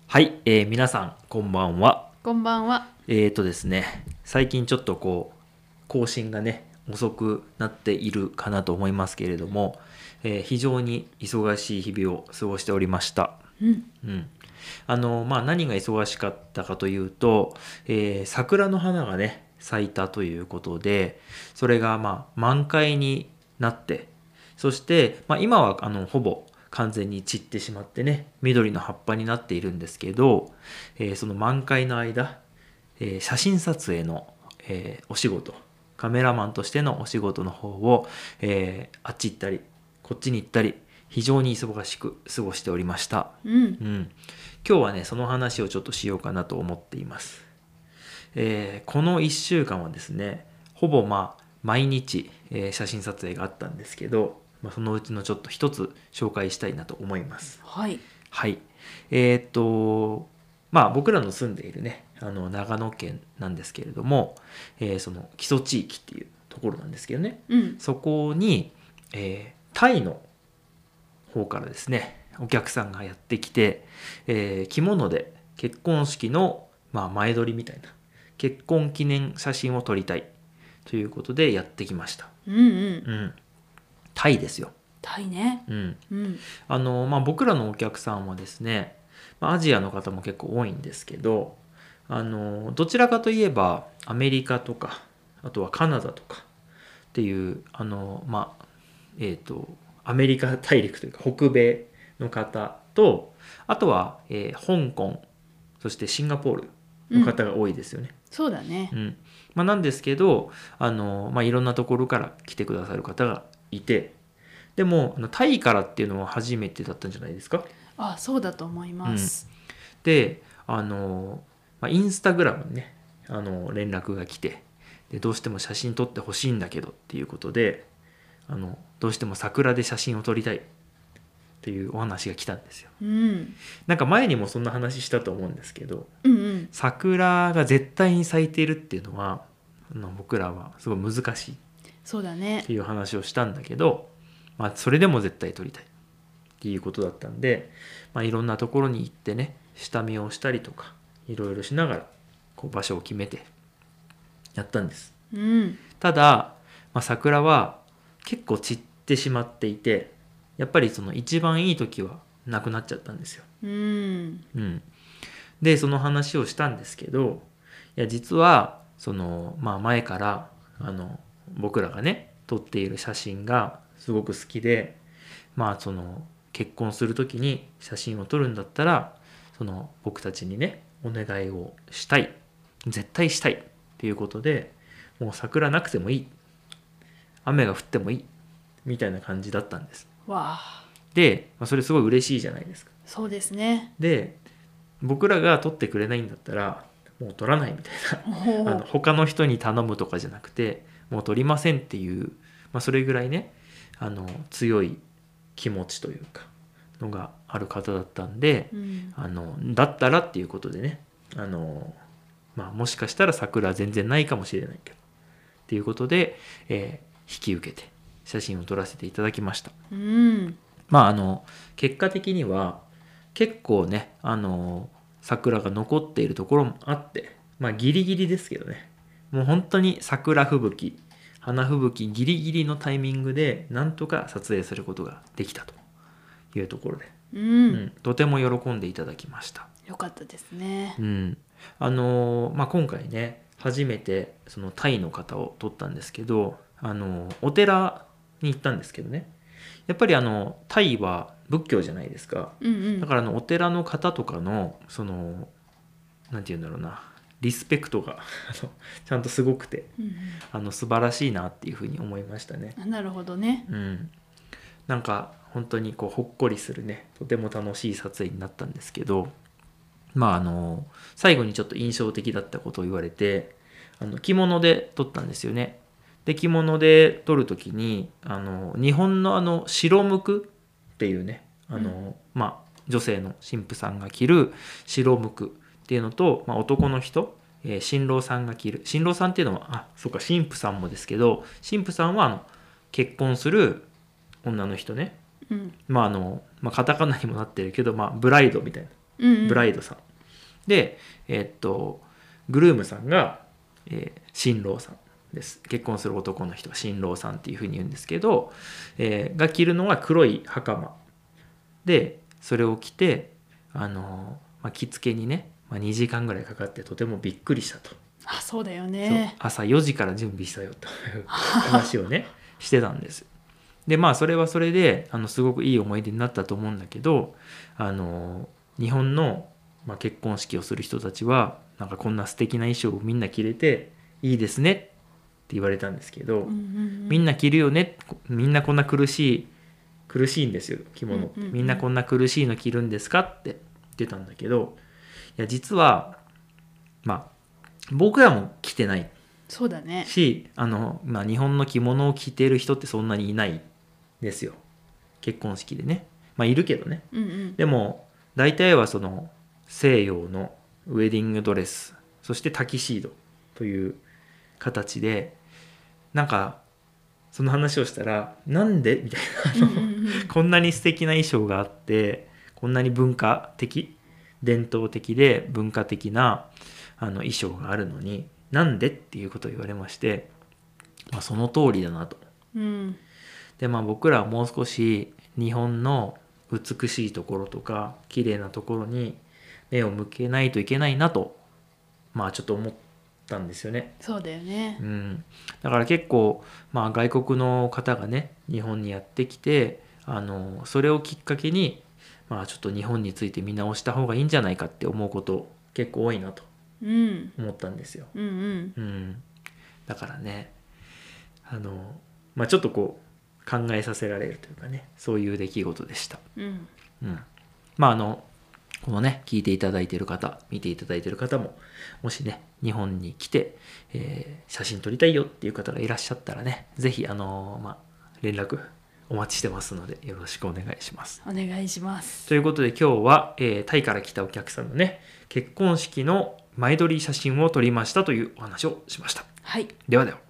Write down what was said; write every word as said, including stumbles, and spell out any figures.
はい、えー皆さんこんばんは。 こんばんは。 えーとですね、最近ちょっとこう更新がね遅くなっているかなと思いますけれども、えー非常に忙しい日々を過ごしておりました。 うん。 うん、あのまあ何が忙しかったかというと、えー桜の花がね咲いたということで、それがまあ満開になって、そして、まあ、今はあのほぼ完全に散ってしまってね緑の葉っぱになっているんですけど、えーその満開の間、えー写真撮影の、えーお仕事、カメラマンとしてのお仕事の方を、えーあっち行ったりこっちに行ったり非常に忙しく過ごしておりました。 うん。 うん、今日はねその話をちょっとしようかなと思っています。えーこのいっしゅうかんはですねほぼまあ毎日、えー写真撮影があったんですけど、まあ、そのうちのちょっと一つ紹介したいなと思います。 はい。 はい。えーっと、まあ僕らの住んでいるね、あの長野県なんですけれども、えーその木曽地域っていうところなんですけどね、 うん。 そこに、えータイの方からですね、お客さんがやってきて、えー着物で結婚式の、まあ、前撮りみたいな、結婚記念写真を撮りたいということでやってきました。 うんうん。 うん。タイですよ。 タイね。 うん。 うん。 あの、まあ、僕らのお客さんはですね、まあアジアの方も結構多いんですけど、あのどちらかといえばアメリカとかあとはカナダとかっていうあのまあえっ、とアメリカ大陸というか北米の方と、あとは、えー香港、そしてシンガポールの方が多いですよね。 そうだねう。ん。まあ、なんですけどあの、まあ、いろんなところから来てくださる方がいて、でもあのタイからっていうのは初めてだったんじゃないですか。 あ、そうだと思います。 であの、まあ、インスタグラムにねあの連絡が来て、でどうしても写真撮ってほしいんだけどっていうことで、あのどうしても桜で写真を撮りたいっていうお話が来たんですよ。 うん。 なんか前にもそんな話したと思うんですけど、 うんうん。 桜が絶対に咲いているっていうのはあの僕らはすごい難しいっそうだね。 ていう話をしたんだけど、まあ、それでも絶対撮りたいっていうことだったんで、まあ、いろんなところに行ってね下見をしたりとかいろいろしながらこう場所を決めてやったんです。 うん。 ただ、まあ、桜は結構散ってしまっていて、やっぱりその一番いい時はなくなっちゃったんですよ。 うん。 うん、でその話をしたんですけど、いや実はその、まあ、前からあの僕らがね撮っている写真がすごく好きで、まあその結婚する時に写真を撮るんだったらその僕たちにねお願いをしたい、絶対したいっていうことで、もう桜なくてもいい、雨が降ってもいいみたいな感じだったんです。 わあ。 で、まあ、それすごい嬉しいじゃないですか。 そうですね。 で僕らが撮ってくれないんだったらもう撮らないみたいな、あのおお。 他の人に頼むとかじゃなくてもう撮りませんっていう、まあ、それぐらいねあの強い気持ちというかのがある方だったんで、 うん。 あのだったらっていうことでね、あの、まあ、もしかしたら桜は全然ないかもしれないけどっていうことで、えー引き受けて写真を撮らせていただきました。 うん。 まああの結果的には結構ねあの桜が残っているところもあって、まあギリギリですけどね、もう本当に桜吹雪花吹雪ギリギリのタイミングでなんとか撮影することができたというところで、 ううんん。 とても喜んでいただきました。 よかったですねう。ん、あのまあ今回ね初めてそのタイの方を撮ったんですけど、あのお寺に行ったんですけどね、やっぱりあのタイは仏教じゃないですか。 うんうん。 だからあのお寺の方とかのそのなんて言うんだろうな、リスペクトがあのちゃんとすごくて、 うんあの素晴らしいなっていうふうに思いましたね。 うん。なるほどね。 うん、なんか本当にこうほっこりするねとても楽しい撮影になったんですけど、まああの最後にちょっと印象的だったことを言われて、あの着物で撮ったんですよね。で着物で撮る時にあの日本のあの白むくっていうねあの、 うんまあ女性の神父さんが着る白むくっていうのと、まあ、男の人、えー新郎さんが着る、新郎さんっていうのはあそうか神父さんもですけど、神父さんはあの結婚する女の人ね、 うん。 まああの、まあ、カタカナにもなってるけど、まあ、ブライドみたいなうんうんブライドさんで、えーっとグルームさんが、えー新郎さんです。結婚する男の人は新郎さんっていうふうに言うんですけど、えーが着るのは黒い袴で、それを着て、あのーまあ、着付けにね、まあ、にじかんぐらいかかってとてもびっくりしたと。 あ、そうだよそうね。 朝よじから準備したよという話をねしてたんです。でまあそれはそれであのすごくいい思い出になったと思うんだけど、あの日本の、まあ、結婚式をする人たちはなんかこんな素敵な衣装をみんな着れていいですねって言われたんですけど、 うんうんうんみんな着るよね、みんなこんな苦しい苦しいんですよ着物って、 うんうんうんみんなこんな苦しいの着るんですかって言ってたんだけど、いや実はまあ僕らも着てないそうだね。 し、あの、まあ、日本の着物を着てる人ってそんなにいないですよ、結婚式でね。まあいるけどね。 うんうんでも大体はその西洋のウェディングドレス、そしてタキシードという形で、なんかその話をしたらなんでみたいな、あのうんうんうんこんなに素敵な衣装があって、こんなに文化的伝統的で文化的なあの衣装があるのになんでっていうことを言われまして、まあ、その通りだなと。 うんでまあ僕らはもう少し日本の美しいところとか綺麗なところに目を向けないといけないなと、まあちょっと思ったんですよね。 そうだよねう。ん、だから結構、まあ、外国の方がね日本にやってきて、あのそれをきっかけに、まあ、ちょっと日本について見直した方がいいんじゃないかって思うこと結構多いなとうん思ったんですよ。 うんうんうん、だからね、あの、まあ、ちょっとこう考えさせられるというかね、そういう出来事でした。 うんうん、まああのこのね聞いていただいている方、見ていただいている方も、もしね日本に来て、えー写真撮りたいよっていう方がいらっしゃったらね、ぜひあのまあ連絡お待ちしてますのでよろしくお願いします。 お願いします。 ということで今日は、えータイから来たお客さんのね結婚式の前撮り写真を撮りましたというお話をしました。 はい。 ではでは。